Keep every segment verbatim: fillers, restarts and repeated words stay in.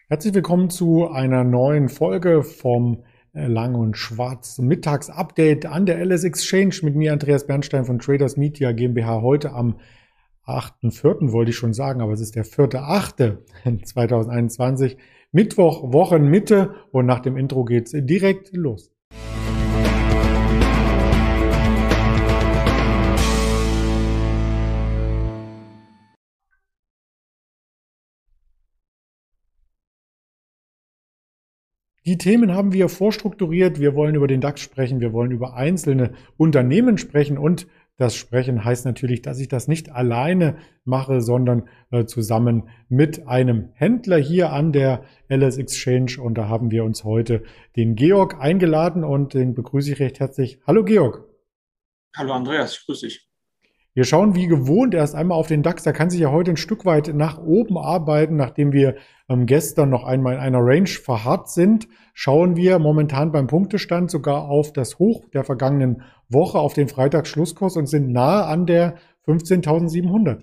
Herzlich willkommen zu einer neuen Folge vom äh, Lang und Schwarz Mittagsupdate an der L S Exchange mit mir, Andreas Bernstein von Traders Media GmbH. Heute am achten vierten wollte ich schon sagen, aber es ist der vierte achte zweitausendeinundzwanzig, Mittwoch, Wochenmitte, und nach dem Intro geht's direkt los. Die Themen haben wir vorstrukturiert. Wir wollen über den DAX sprechen, wir wollen über einzelne Unternehmen sprechen, und das Sprechen heißt natürlich, dass ich das nicht alleine mache, sondern äh, zusammen mit einem Händler hier an der L S Exchange. Und da haben wir uns heute den Georg eingeladen und den begrüße ich recht herzlich. Hallo Georg. Hallo Andreas, ich grüße dich. Wir schauen wie gewohnt erst einmal auf den DAX. Da kann sich ja heute ein Stück weit nach oben arbeiten. Nachdem wir ähm, gestern noch einmal in einer Range verharrt sind, schauen wir momentan beim Punktestand sogar auf das Hoch der vergangenen Woche, auf den Freitagsschlusskurs, und sind nahe an der fünfzehntausendsiebenhundert.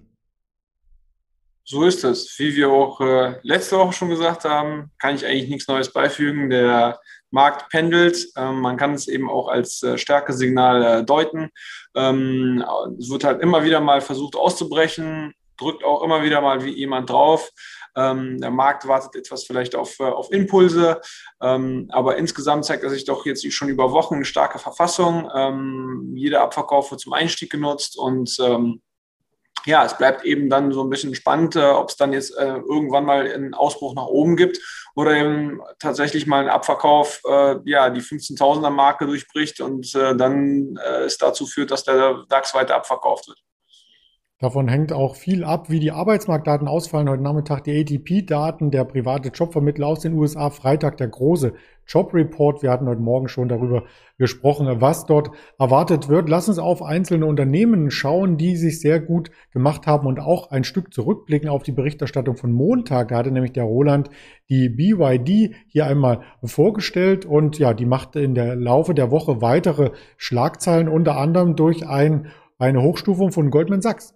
So ist es. Wie wir auch äh, letzte Woche schon gesagt haben, kann ich eigentlich nichts Neues beifügen. Der Markt pendelt. Ähm, man kann es eben auch als äh, Stärkesignal äh, deuten. Ähm, es wird halt immer wieder mal versucht auszubrechen, drückt auch immer wieder mal wie jemand drauf. Ähm, der Markt wartet etwas vielleicht auf, äh, auf Impulse, ähm, aber insgesamt zeigt er sich doch jetzt schon über Wochen eine starke Verfassung. Ähm, jeder Abverkauf wird zum Einstieg genutzt, und ähm, ja, es bleibt eben dann so ein bisschen spannend, äh, ob es dann jetzt äh, irgendwann mal einen Ausbruch nach oben gibt oder eben tatsächlich mal einen Abverkauf, äh, ja, die fünfzehntausender-Marke durchbricht und äh, dann äh, es dazu führt, dass der DAX weiter abverkauft wird. Davon hängt auch viel ab, wie die Arbeitsmarktdaten ausfallen. Heute Nachmittag die A D P-Daten, der private Jobvermittler aus den U S A. Freitag der große Jobreport. Wir hatten heute Morgen schon darüber gesprochen, was dort erwartet wird. Lass uns auf einzelne Unternehmen schauen, die sich sehr gut gemacht haben, und auch ein Stück zurückblicken auf die Berichterstattung von Montag. Da hatte nämlich der Roland die B Y D hier einmal vorgestellt, und ja, die machte in der Laufe der Woche weitere Schlagzeilen, unter anderem durch ein, eine Hochstufung von Goldman Sachs.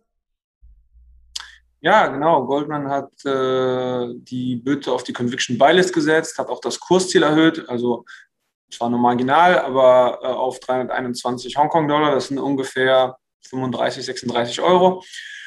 Ja, genau. Goldman hat äh, die Bitte auf die Conviction Buy List gesetzt, hat auch das Kursziel erhöht, also zwar nur marginal, aber äh, auf dreihunderteinundzwanzig Hongkong-Dollar, das sind ungefähr fünfunddreißig, sechsunddreißig Euro.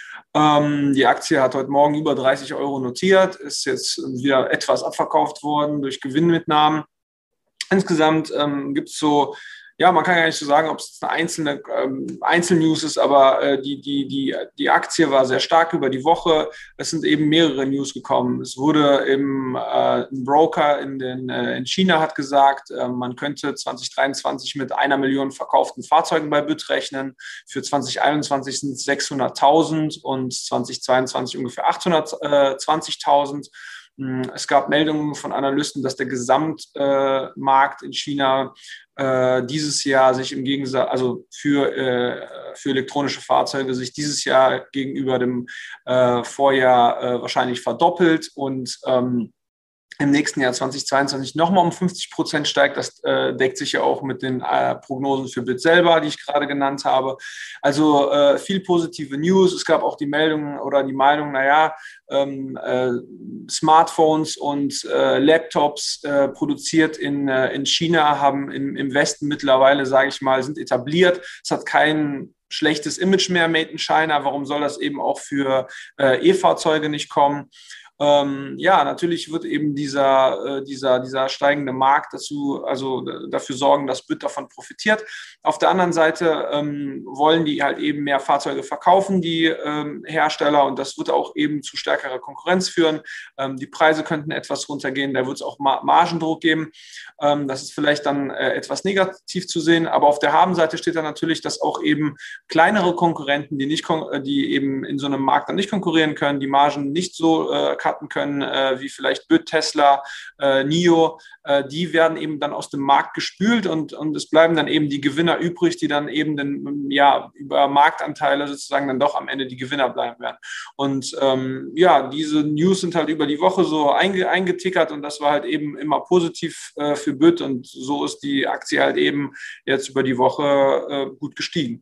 Ähm, die Aktie hat heute Morgen über dreißig Euro notiert, ist jetzt wieder etwas abverkauft worden durch Gewinnmitnahmen. Insgesamt ähm, gibt es so, ja, man kann ja nicht so sagen, ob es eine einzelne ähm, Einzelnews ist, aber äh, die, die, die, die Aktie war sehr stark über die Woche. Es sind eben mehrere News gekommen. Es wurde eben äh, ein Broker in, den, äh, in China hat gesagt, äh, man könnte zwanzig dreiundzwanzig mit einer Million verkauften Fahrzeugen bei B Y D rechnen. Für zwanzig einundzwanzig sind es sechshunderttausend und zwanzig zweiundzwanzig ungefähr achthundertzwanzigtausend. Es gab Meldungen von Analysten, dass der Gesamtmarkt äh, in China äh, dieses Jahr sich im Gegensatz, also für, äh, für elektronische Fahrzeuge sich dieses Jahr gegenüber dem äh, Vorjahr äh, wahrscheinlich verdoppelt und ähm, im nächsten Jahr zwanzig zweiundzwanzig nochmal um fünfzig Prozent steigt. Das äh, deckt sich ja auch mit den äh, Prognosen für B Y D selber, die ich gerade genannt habe. Also äh, viel positive News. Es gab auch die Meldung oder die Meinung, naja, ähm, äh, Smartphones und äh, Laptops äh, produziert in, äh, in China haben im, im Westen mittlerweile, sage ich mal, sind etabliert. Es hat kein schlechtes Image mehr, Made in China. Warum soll das eben auch für äh, E-Fahrzeuge nicht kommen? Ähm, ja, natürlich wird eben dieser, äh, dieser, dieser steigende Markt dazu, also äh, dafür sorgen, dass B Y D davon profitiert. Auf der anderen Seite ähm, wollen die halt eben mehr Fahrzeuge verkaufen, die ähm, Hersteller, und das wird auch eben zu stärkerer Konkurrenz führen. Ähm, die Preise könnten etwas runtergehen, da wird es auch Mar Margendruck geben. Ähm, das ist vielleicht dann äh, etwas negativ zu sehen, aber auf der Habenseite steht dann natürlich, dass auch eben kleinere Konkurrenten, die, nicht die eben in so einem Markt dann nicht konkurrieren können, die Margen nicht so äh, cutten können, äh, wie vielleicht B Y D, Tesla, äh, N I O, äh, die werden eben dann aus dem Markt gespült, und, und es bleiben dann eben die Gewinner übrig, die dann eben den, ja, über Marktanteile sozusagen dann doch am Ende die Gewinner bleiben werden. Und ähm, ja, diese News sind halt über die Woche so einge eingetickert, und das war halt eben immer positiv äh, für B Y D, und so ist die Aktie halt eben jetzt über die Woche äh, gut gestiegen.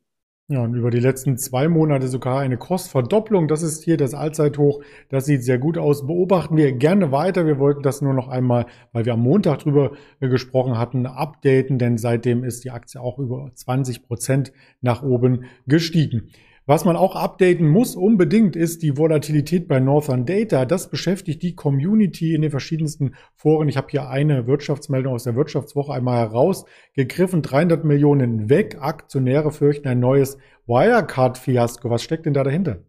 Ja, und über die letzten zwei Monate sogar eine Kursverdopplung. Das ist hier das Allzeithoch. Das sieht sehr gut aus. Beobachten wir gerne weiter. Wir wollten das nur noch einmal, weil wir am Montag drüber äh, gesprochen hatten, updaten, denn seitdem ist die Aktie auch über zwanzig Prozent nach oben gestiegen. Was man auch updaten muss unbedingt, ist die Volatilität bei Northern Data. Das beschäftigt die Community in den verschiedensten Foren. Ich habe hier eine Wirtschaftsmeldung aus der Wirtschaftswoche einmal herausgegriffen. dreihundert Millionen weg. Aktionäre fürchten ein neues Wirecard-Fiasko. Was steckt denn da dahinter?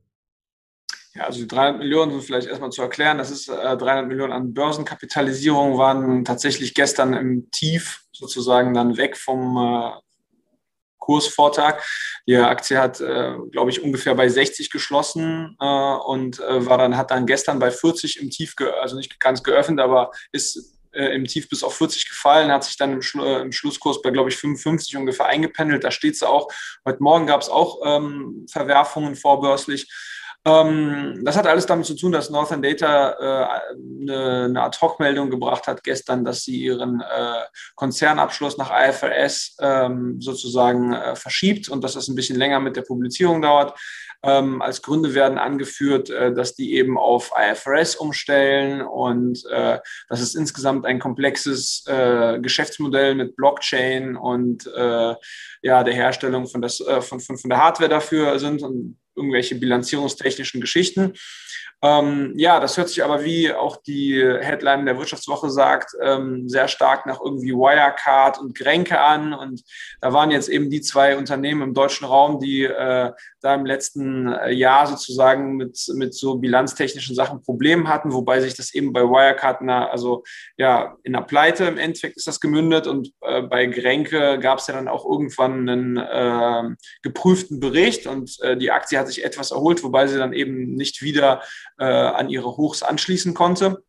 Ja, also die dreihundert Millionen sind vielleicht erstmal zu erklären. Das ist äh, dreihundert Millionen an Börsenkapitalisierung waren tatsächlich gestern im Tief sozusagen dann weg vom äh, Kursvortag. Die Aktie hat, äh, glaube ich, ungefähr bei sechzig geschlossen äh, und äh, war dann, hat dann gestern bei vierzig im Tief, also nicht ganz geöffnet, aber ist äh, im Tief bis auf vierzig gefallen, hat sich dann im, Schlu äh, im Schlusskurs bei, glaube ich, fünfundfünfzig ungefähr eingependelt. Da steht es auch. Heute Morgen gab es auch ähm, Verwerfungen vorbörslich. Ähm, das hat alles damit zu tun, dass Northern Data äh, eine, eine Ad-Hoc-Meldung gebracht hat gestern, dass sie ihren äh, Konzernabschluss nach I F R S ähm, sozusagen äh, verschiebt und dass das ein bisschen länger mit der Publizierung dauert. Ähm, als Gründe werden angeführt, äh, dass die eben auf I F R S umstellen und äh, dass es insgesamt ein komplexes äh, Geschäftsmodell mit Blockchain und äh, ja, der Herstellung von, das, äh, von, von, von der Hardware dafür sind und irgendwelche bilanzierungstechnischen Geschichten. Ähm, ja, das hört sich aber, wie auch die Headline der Wirtschaftswoche sagt, ähm, sehr stark nach irgendwie Wirecard und Grenke an. Und da waren jetzt eben die zwei Unternehmen im deutschen Raum, die äh, da im letzten Jahr sozusagen mit, mit so bilanztechnischen Sachen Probleme hatten, wobei sich das eben bei Wirecard, na, also ja, in der Pleite im Endeffekt ist das gemündet und äh, bei Grenke gab es ja dann auch irgendwann einen äh, geprüften Bericht und äh, die Aktie hat sich etwas erholt, wobei sie dann eben nicht wieder äh, an ihre Hochs anschließen konnte.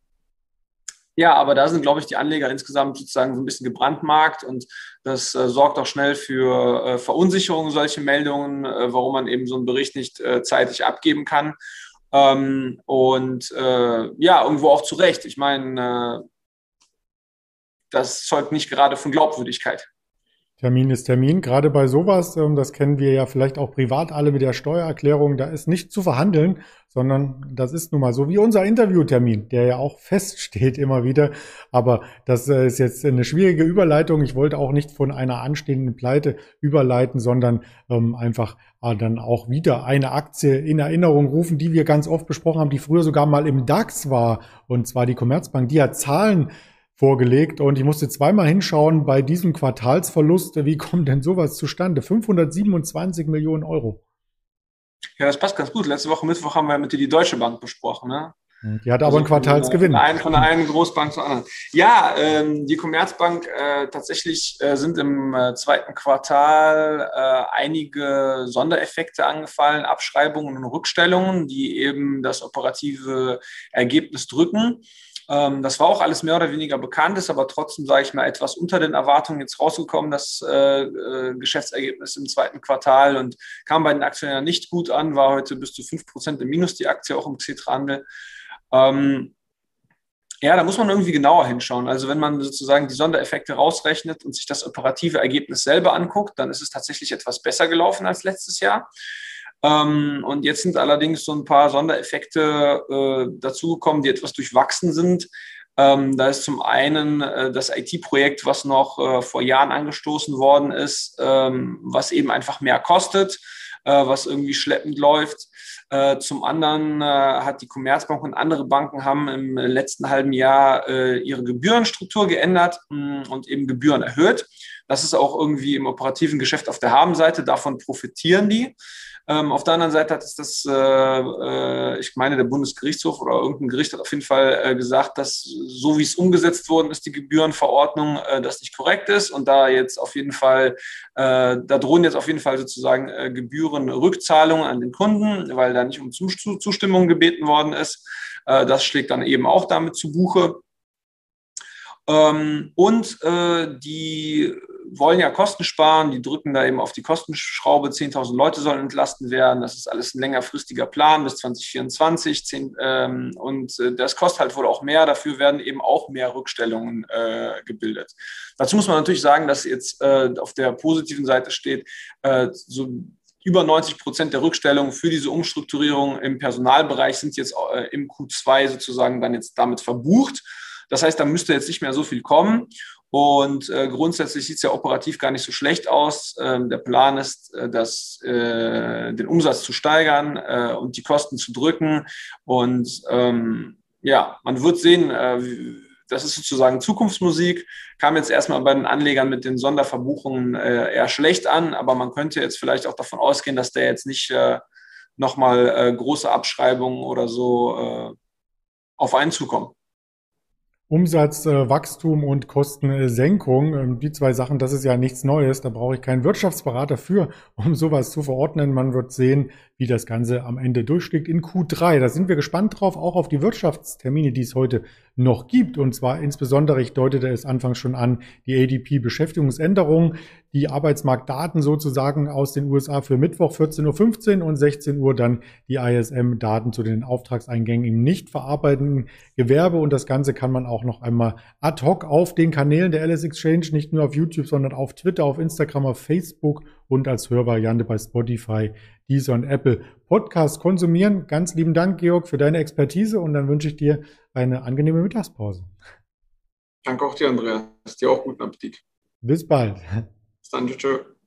Ja, aber da sind, glaube ich, die Anleger insgesamt sozusagen so ein bisschen gebrandmarkt und das äh, sorgt auch schnell für äh, Verunsicherung, solche Meldungen, äh, warum man eben so einen Bericht nicht äh, zeitig abgeben kann. Ähm, und äh, ja, irgendwo auch zu Recht. Ich meine, äh, das zeugt nicht gerade von Glaubwürdigkeit. Termin ist Termin. Gerade bei sowas, ähm, das kennen wir ja vielleicht auch privat alle mit der Steuererklärung, da ist nicht zu verhandeln, sondern das ist nun mal so wie unser Interviewtermin, der ja auch feststeht immer wieder. Aber das äh, ist jetzt eine schwierige Überleitung. Ich wollte auch nicht von einer anstehenden Pleite überleiten, sondern ähm, einfach äh, dann auch wieder eine Aktie in Erinnerung rufen, die wir ganz oft besprochen haben, die früher sogar mal im DAX war, und zwar die Commerzbank. Die hat Zahlen vorgelegt und ich musste zweimal hinschauen bei diesem Quartalsverlust. Wie kommt denn sowas zustande? fünfhundertsiebenundzwanzig Millionen Euro. Ja, das passt ganz gut. Letzte Woche Mittwoch haben wir mit dir die Deutsche Bank besprochen, ne? Die hatte aber Also einen von, äh, von, Quartalsgewinn. der einen, von der einen Großbank zur anderen. Ja, ähm, die Commerzbank äh, tatsächlich äh, sind im äh, zweiten Quartal äh, einige Sondereffekte angefallen, Abschreibungen und Rückstellungen, die eben das operative Ergebnis drücken. Ähm, das war auch alles mehr oder weniger bekannt, ist aber trotzdem, sage ich mal, etwas unter den Erwartungen jetzt rausgekommen, das äh, äh, Geschäftsergebnis im zweiten Quartal, und kam bei den Aktionären nicht gut an, war heute bis zu fünf Prozent im Minus, die Aktie auch im Xetra-Handel. Ähm, ja, da muss man irgendwie genauer hinschauen. Also wenn man sozusagen die Sondereffekte rausrechnet und sich das operative Ergebnis selber anguckt, dann ist es tatsächlich etwas besser gelaufen als letztes Jahr. Ähm, und jetzt sind allerdings so ein paar Sondereffekte äh, dazugekommen, die etwas durchwachsen sind. Ähm, da ist zum einen äh, das I T-Projekt, was noch äh, vor Jahren angestoßen worden ist, ähm, was eben einfach mehr kostet, äh, was irgendwie schleppend läuft. Äh, zum anderen äh, hat die Commerzbank und andere Banken haben im letzten halben Jahr äh, ihre Gebührenstruktur geändert mh, und eben Gebühren erhöht. Das ist auch irgendwie im operativen Geschäft auf der Habenseite, davon profitieren die. Ähm, auf der anderen Seite hat es das, äh, äh, ich meine, der Bundesgerichtshof oder irgendein Gericht hat auf jeden Fall äh, gesagt, dass so wie es umgesetzt worden ist, die Gebührenverordnung, äh, das nicht korrekt ist und da jetzt auf jeden Fall, äh, da drohen jetzt auf jeden Fall sozusagen äh, Gebührenrückzahlungen an den Kunden, weil da nicht um Zustimmung gebeten worden ist. Äh, das schlägt dann eben auch damit zu Buche. Ähm, und äh, die wollen ja Kosten sparen, die drücken da eben auf die Kostenschraube, zehntausend Leute sollen entlasten werden, das ist alles ein längerfristiger Plan bis zwanzig vierundzwanzig zehn, ähm, und äh, das kostet halt wohl auch mehr, dafür werden eben auch mehr Rückstellungen äh, gebildet. Dazu muss man natürlich sagen, dass jetzt äh, auf der positiven Seite steht, äh, so über neunzig Prozent der Rückstellungen für diese Umstrukturierung im Personalbereich sind jetzt äh, im Q zwei sozusagen dann jetzt damit verbucht. Das heißt, da müsste jetzt nicht mehr so viel kommen. Und äh, grundsätzlich sieht es ja operativ gar nicht so schlecht aus. Ähm, der Plan ist, äh, das, äh, den Umsatz zu steigern äh, und die Kosten zu drücken. Und ähm, ja, man wird sehen, äh, das ist sozusagen Zukunftsmusik. Kam jetzt erstmal bei den Anlegern mit den Sonderverbuchungen äh, eher schlecht an, aber man könnte jetzt vielleicht auch davon ausgehen, dass der jetzt nicht äh, nochmal äh, große Abschreibungen oder so äh, auf einen zukommen. Umsatz, äh, Wachstum und Kostensenkung, ähm, die zwei Sachen, das ist ja nichts Neues. Da brauche ich keinen Wirtschaftsberater für, um sowas zu verordnen. Man wird sehen, wie das Ganze am Ende durchschlägt in Q drei. Da sind wir gespannt drauf, auch auf die Wirtschaftstermine, die es heute noch gibt. Und zwar insbesondere, ich deutete es anfangs schon an, die A D P-Beschäftigungsänderung, die Arbeitsmarktdaten sozusagen aus den U S A für Mittwoch vierzehn Uhr fünfzehn und sechzehn Uhr dann die I S M-Daten zu den Auftragseingängen im nicht verarbeitenden Gewerbe. Und das Ganze kann man auch noch einmal ad hoc auf den Kanälen der L S Exchange, nicht nur auf YouTube, sondern auf Twitter, auf Instagram, auf Facebook und als Hörvariante bei Spotify, Deezer und Apple Podcast konsumieren. Ganz lieben Dank, Georg, für deine Expertise und dann wünsche ich dir eine angenehme Mittagspause. Danke auch dir, Andreas. Dir auch guten Appetit. Bis bald. Bis dann, tschö.